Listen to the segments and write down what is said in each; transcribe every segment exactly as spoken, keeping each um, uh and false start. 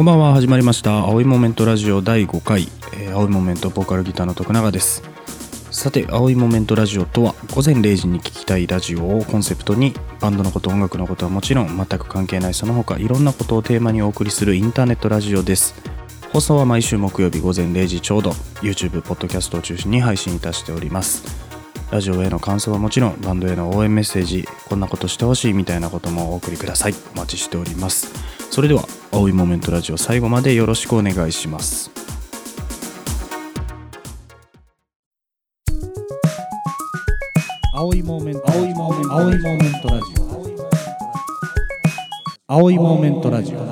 こんばんは。始まりました青いモメントラジオだいごかい、えー、青いモメントボーカルギターの徳永です。さて、青いモメントラジオとは午前れいじに聴きたいラジオをコンセプトにバンドのこと、音楽のことはもちろん全く関係ないその他いろんなことをテーマにお送りするインターネットラジオです。放送は毎週木曜日午前れいじちょうど YouTube、ポッドキャストを中心に配信いたしております。ラジオへの感想はもちろんバンドへの応援メッセージ、こんなことしてほしいみたいなこともお送りください。お待ちしております。それでは青いモメントラジオ最後までよろしくお願いします。青いモーメント青いモーメント青いモーメントラジオ青いモーメントラジオ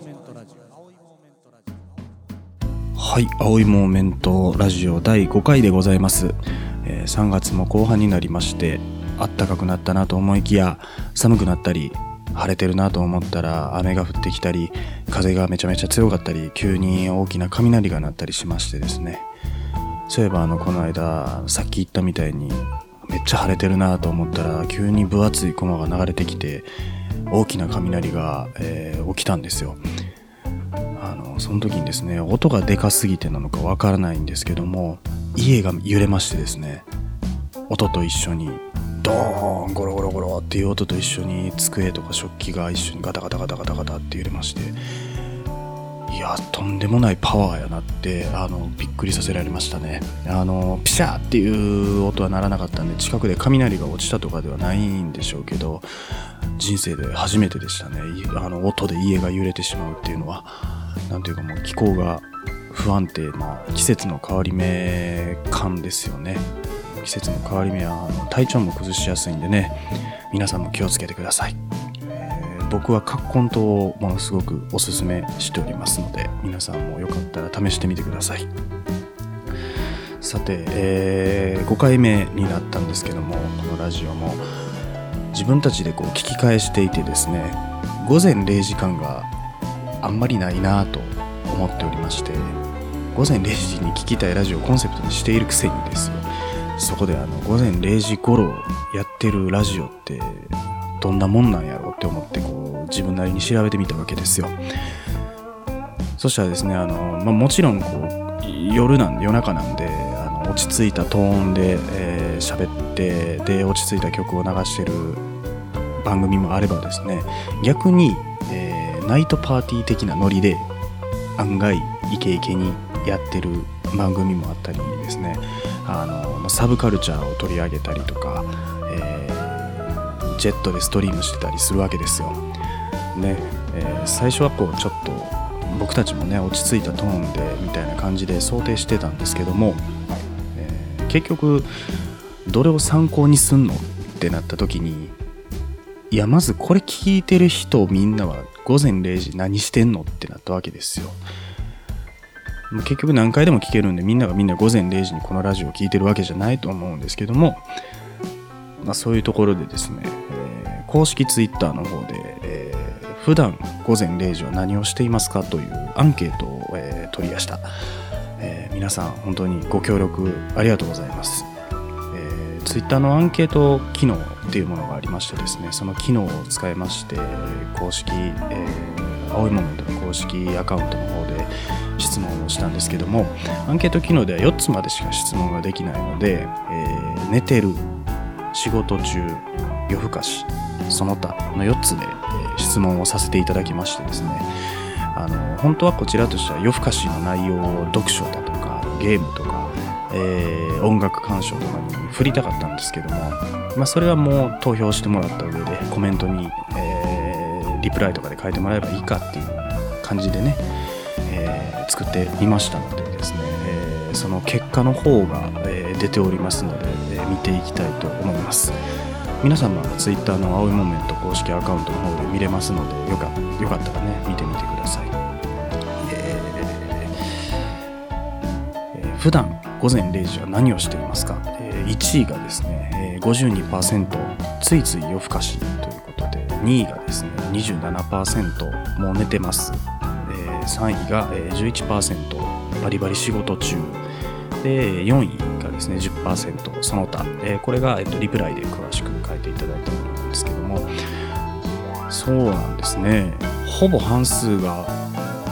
はい、青いモーメントラジオだいごかいでございます。えー、さんがつも後半になりまして、暖かくなったなと思いきや寒くなったり、晴れてるなと思ったら雨が降ってきたり、風がめちゃめちゃ強かったり、急に大きな雷が鳴ったりしましてですね。そういえばあのこの間さっき言ったみたいにめっちゃ晴れてるなと思ったら急に分厚い雲が流れてきて大きな雷が、えー、起きたんですよ。あのその時にですね、音がでかすぎてなのかわからないんですけども、家が揺れましてですね、音と一緒にドーンゴロゴロゴロっていう音と一緒に机とか食器が一緒にガタガタガタガタガタって揺れまして、いやとんでもないパワーやなってあのびっくりさせられましたね。あのピシャーっていう音は鳴らなかったんで、近くで雷が落ちたとかではないんでしょうけど、人生で初めてでしたね。あの音で家が揺れてしまうっていうのは、なんていうかもう気候が不安定な季節の変わり目感ですよね。季節の変わり目は体調も崩しやすいんでね、皆さんも気をつけてください。えー、僕は葛根湯をものすごくおすすめしておりますので、皆さんもよかったら試してみてください。さて、えー、ごかいめになったんですけども、このラジオも自分たちでこう聞き返していてですね、午前れいじかんがあんまりないなと思っておりまして、午前れいじに聞きたいラジオをコンセプトにしているくせにですよ、そこであの午前れいじ頃やってるラジオってどんなもんなんやろうって思ってこう自分なりに調べてみたわけですよ。そしたらですね、あの、まあ、もちろんこう夜なんで夜中なんで、あの落ち着いたトーンで喋、えー、ってで落ち着いた曲を流してる番組もあればですね、逆に、えー、ナイトパーティー的なノリで案外イケイケにやってる番組もあったりですね、あのサブカルチャーを取り上げたりとか、えー、ジェットでストリームしてたりするわけですよ、ね。えー、最初はこうちょっと僕たちもね落ち着いたトーンでみたいな感じで想定してたんですけども、えー、結局どれを参考にすんのってなった時に、いやまずこれ聞いてる人みんなは午前れいじ何してんのってなったわけですよ。結局何回でも聞けるんで、みんながみんな午前れいじにこのラジオを聞いてるわけじゃないと思うんですけども、まあ、そういうところでですね、えー、公式ツイッターの方で、えー、普段午前れいじは何をしていますかというアンケートを、えー、取りました。えー、皆さん本当にご協力ありがとうございます。えー、ツイッターのアンケート機能っていうものがありましてですね、その機能を使いまして公式、えー、青いモメントの公式アカウントの方で質問をしたんですけども、アンケート機能ではよっつまでしか質問ができないので、えー、寝てる、仕事中、夜更かし、その他のよっつで、えー、質問をさせていただきましてですね、あの本当はこちらとしては夜更かしの内容を読書だとかゲームとか、えー、音楽鑑賞とかに振りたかったんですけども、まあ、それはもう投票してもらった上でコメントに、えー、リプライとかで書いてもらえばいいかっていう感じでね、えー、作ってみましたのでですね、えー、その結果の方が、えー、出ておりますので、えー、見ていきたいと思います。皆様はツイッターの青いモメント公式アカウントの方で見れますので、よか、よかったらね見てみてください。えーえー、普段午前れいじは何をしていますか。えー、いちいがですね、えー、ごじゅうにパーセント ついつい夜更かしということで、にいがですね にじゅうななパーセント もう寝てます。さんいが じゅういちパーセント バリバリ仕事中で、よんいがですね じゅっパーセント その他、えー、これが、えっと、リプライで詳しく書いていただいたものなんですけども、そうなんですね、ほぼ半数が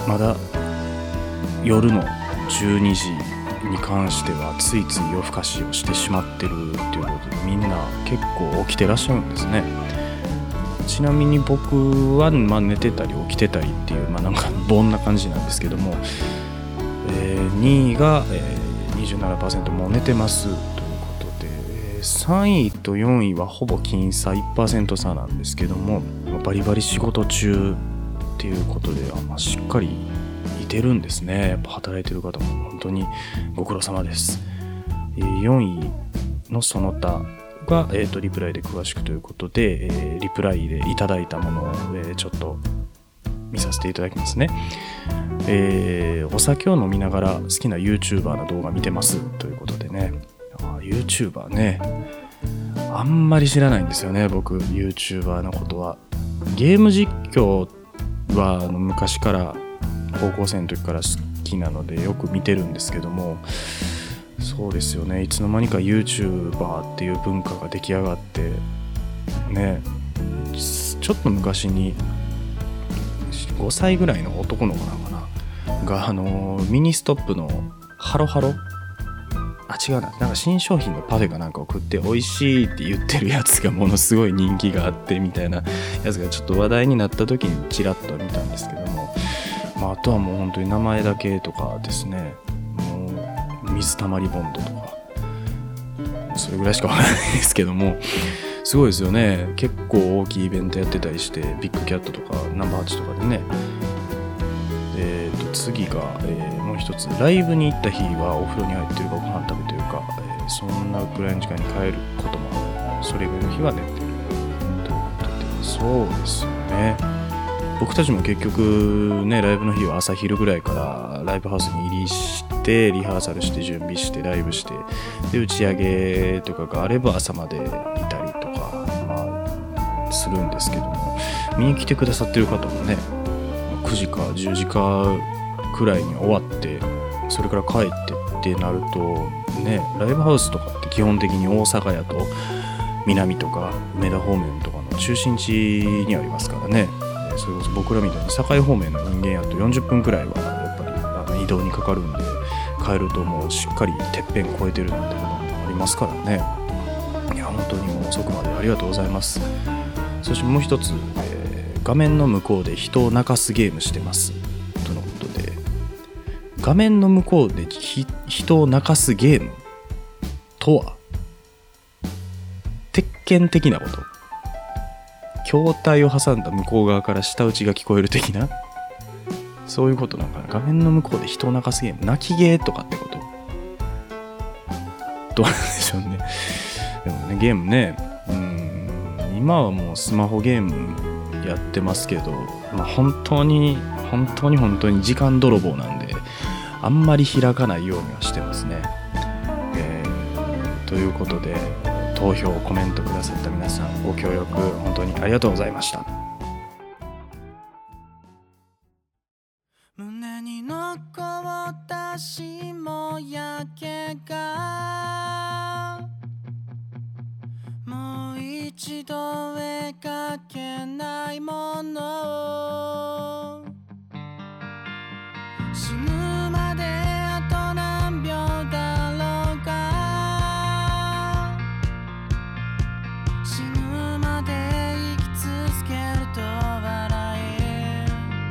まだ夜のじゅうにじに関してはついつい夜更かしをしてしまってるっていうことで、みんな結構起きてらっしゃるんですね。ちなみに僕は、まあ、寝てたり起きてたりっていう、まあ、なんかぼんな感じなんですけども、えー、にいが、えー、にじゅうななパーセント もう寝てますということで、さんいとよんいはほぼ僅差 いちパーセント 差なんですけども、バリバリ仕事中っていうことで、あ、まあ、しっかりいてるんですね。やっぱ働いてる方も本当にご苦労様です。えー、よんいのその他が、えー、とリプライで詳しくということで、えー、リプライでいただいたものを、えー、ちょっと見させていただきますね。えー、お酒を飲みながら好きな YouTuber の動画見てますということでね。あ、 YouTuber ね、あんまり知らないんですよね、僕 YouTuber のことは。ゲーム実況はあの昔から高校生の時から好きなのでよく見てるんですけども、そうですよね、いつの間にか YouTuber っていう文化が出来上がってね、ちょっと昔にごさいぐらいの男の子なのかなが、あのミニストップのハロハロ、あ、違うな、なんか新商品のパフェかなんかを食って美味しいって言ってるやつがものすごい人気があってみたいなやつがちょっと話題になった時にちらっと見たんですけども、まあ、あとはもう本当に名前だけとかですね、もう水たまりボンドとかそれぐらいしかわからないですけども、すごいですよね。結構大きいイベントやってたりして、ビッグキャットとかナンバーはちとかでね。えーと次が、えー、もう一つ、ライブに行った日はお風呂に入ってるかご飯食べてるか、えー、そんなくらいの時間に帰ることもある、それぐらいの日は寝てるということで、そうですよね。僕たちも結局ね、ライブの日は朝昼ぐらいからライブハウスに入りしてリハーサルして準備してライブして、で打ち上げとかがあれば朝までいたりとか、まあ、するんですけども、見に来てくださってる方もね、くじかじゅうじかくらいに終わってそれから帰ってってなるとね、ライブハウスとかって基本的に大阪やと南とか梅田方面とかの中心地にありますからね。それこそ僕らみたいに堺方面の人間やとよんじゅっぷんくらいはやっぱりあの移動にかかるんで、帰るともうしっかりてっぺん越えてるなんてこともありますからね。いや本当にもう遅くまでありがとうございます。そしてもう一つ、えー、画面の向こうで人を泣かすゲームしてますとのことで、画面の向こうで人を泣かすゲームとは鉄拳的なこと、筐体を挟んだ向こう側から舌打ちが聞こえる的な、そういうことなのかな。画面の向こうで人を泣かすゲーム、泣きゲーとかってこと、どうなんでしょうね。でもね、ゲームね、うーん、今はもうスマホゲームやってますけど、まあ、本当に本当に本当に時間泥棒なんで、あんまり開かないようにはしてますね。えー、ということで、投票コメントくださった皆さん、ご協力本当にありがとうございました。 胸に残った霜焼けがもう一度描けないもの、死ぬまであと何秒だろうが、死ぬまで生き続けると笑え、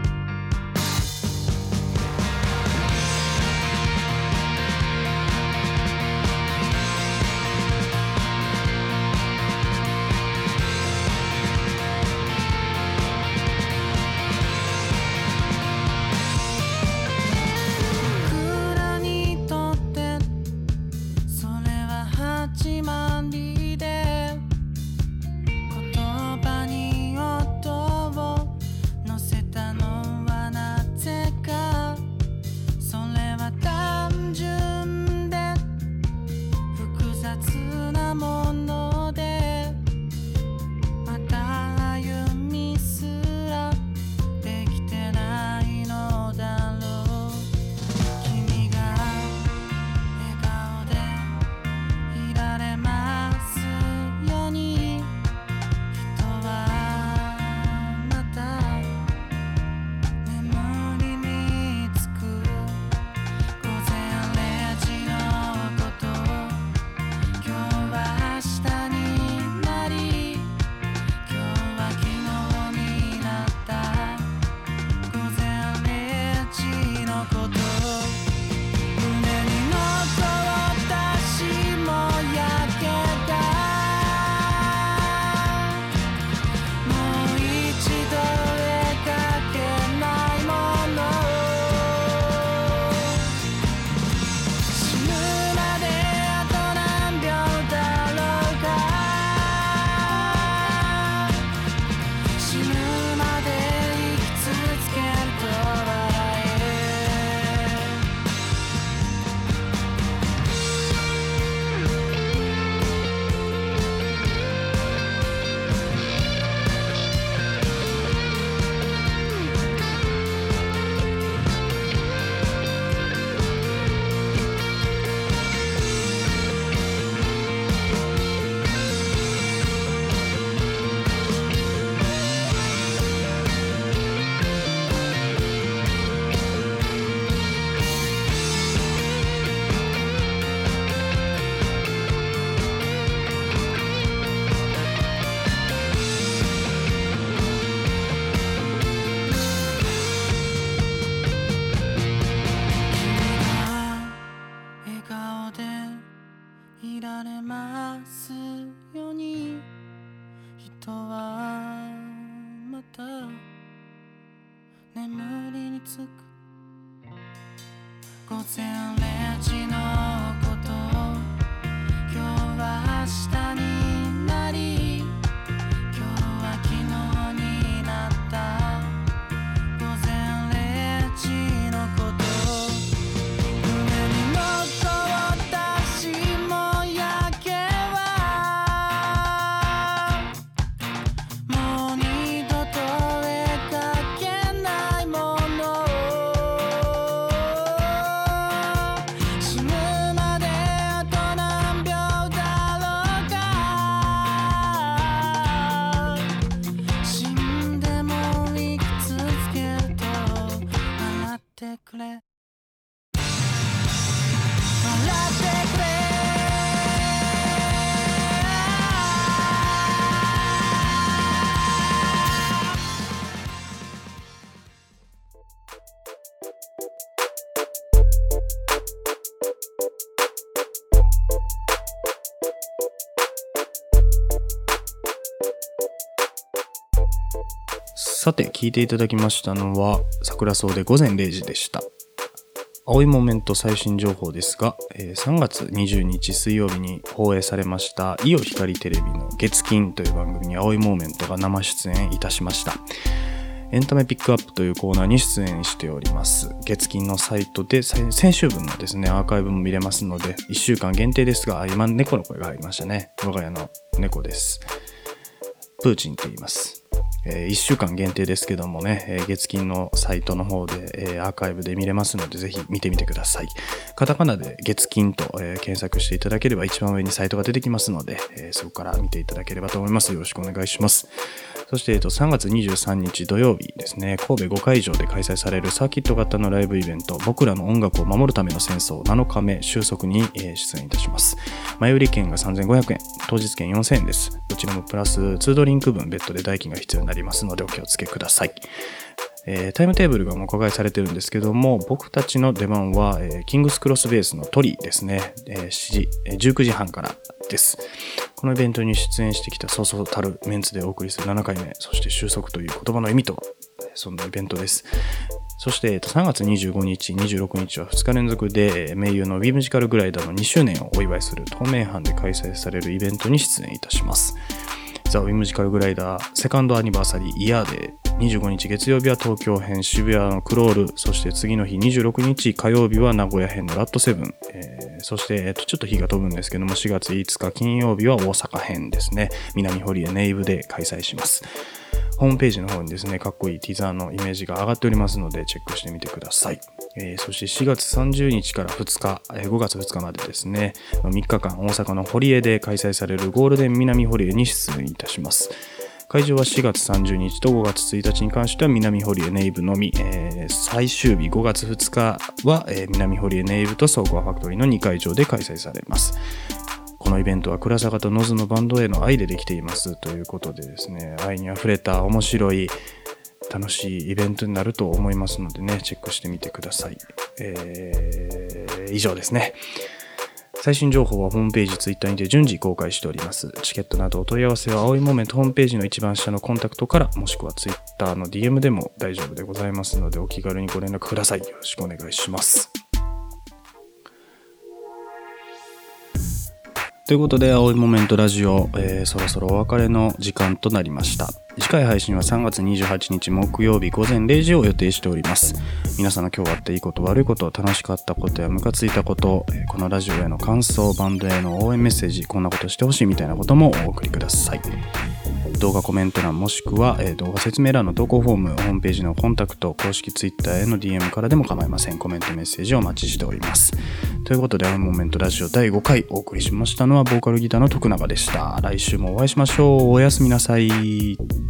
僕らにとってそれは始まりで、言葉に音を乗せたのはなぜか、それは単純で複雑なもので、また歩みすらできてないのだろう。君が笑顔でいられますように、人はまた眠りにいられますように人はまた眠りにつく午前れいじのこと今日は明日になり今日は昨日になった午前れいじのこと胸に残った霜焼けはもう二度と描けないもの死ぬまであと何秒だろうか死んでも生き続けると笑ってくれ笑ってくれさて聞いていただきましたのは桜草で午前れいじでした。青いモメント最新情報ですが、えー、さんがつにじゅうにち水曜日に放映されましたイオ光テレビの月金という番組に青いモーメントが生出演いたしました。エンタメピックアップというコーナーに出演しております。月金のサイトで先週分のですねアーカイブも見れますのでいっしゅうかん限定ですが、今猫の声が入りましたね。我が家の猫です。プーチンと言います。えー、いっしゅうかん限定ですけどもね、えー、月金のサイトの方で、えー、アーカイブで見れますのでぜひ見てみてください。カタカナで月金と、えー、検索していただければ一番上にサイトが出てきますので、えー、そこから見ていただければと思います。よろしくお願いします。そして、えー、とさんがつにじゅうさんにち土曜日ですね、神戸ごかいじょうで開催されるサーキット型のライブイベント僕らの音楽を守るための戦争なのかめ収束に、えー、出演いたします。前売り券がさんぜんごひゃくえん、当日券よんせんえんです。どちらもプラスにドリンク分別途で代金が必要になりますのでお気をつけください。えー、タイムテーブルがもう公開されてるんですけども、僕たちの出番は、えー、キングスクロスベースのトリですね、えー、しちじ、えー、じゅうくじはんからです。このイベントに出演してきたそうそうたるメンツでお送りするななかいめ、そして収束という言葉の意味とそんなイベントです。そして、えー、とさんがつにじゅうごにち、にじゅうろくにちはふつか連続で、えー、名優のウィムジカルグライダーのにしゅうねんをお祝いする透明版で開催されるイベントに出演いたします。ザ・ウィムジカルグライダーセカンドアニバーサリーイヤーデー、にじゅうごにち月曜日は東京編渋谷のクロール、そして次の日にじゅうろくにち火曜日は名古屋編のラットセブン、えー、そして、えー、とちょっと日が飛ぶんですけどもしがついつか金曜日は大阪編ですね、南堀江ネイブで開催します。ホームページの方にですねかっこいいティザーのイメージが上がっておりますのでチェックしてみてください。えー、そしてしがつさんじゅうにちからふつか、えー、ごがつふつかまでですねみっかかん大阪の堀江で開催されるゴールデン南堀江に出演いたします。会場はしがつさんじゅうにちとごがつついたちに関しては南堀江ネイブのみ、えー、最終日ごがつふつかは、えー、南堀江ネイブと総合ファクトリーのにかいじょうで開催されます。このイベントは倉坂とノズのバンドへの愛でできていますということでですね、愛にあふれた面白い楽しいイベントになると思いますのでね、チェックしてみてください。えー、以上ですね。最新情報はホームページ、ツイッターにて順次公開しております。チケットなどお問い合わせは青いモーメントホームページの一番下のコンタクトから、もしくはツイッターの ディーエム でも大丈夫でございますので、お気軽にご連絡ください。よろしくお願いします。ということで、青いモメントラジオ、えー、そろそろお別れの時間となりました。次回配信はさんがつにじゅうはちにち木曜日午前れいじを予定しております。皆さんの今日あっていいこと、悪いこと、楽しかったことやムカついたこと、えー、このラジオへの感想、バンドへの応援メッセージ、こんなことしてほしいみたいなこともお送りください。動画コメント欄もしくは、えー、動画説明欄の投稿フォーム、ホームページのコンタクト、公式ツイッターへの ディーエム からでも構いません。コメントメッセージをお待ちしております。ということで、青いモーメントラジオだいごかいお送りしましたのはボーカルギターの徳永でした。来週もお会いしましょう。おやすみなさい。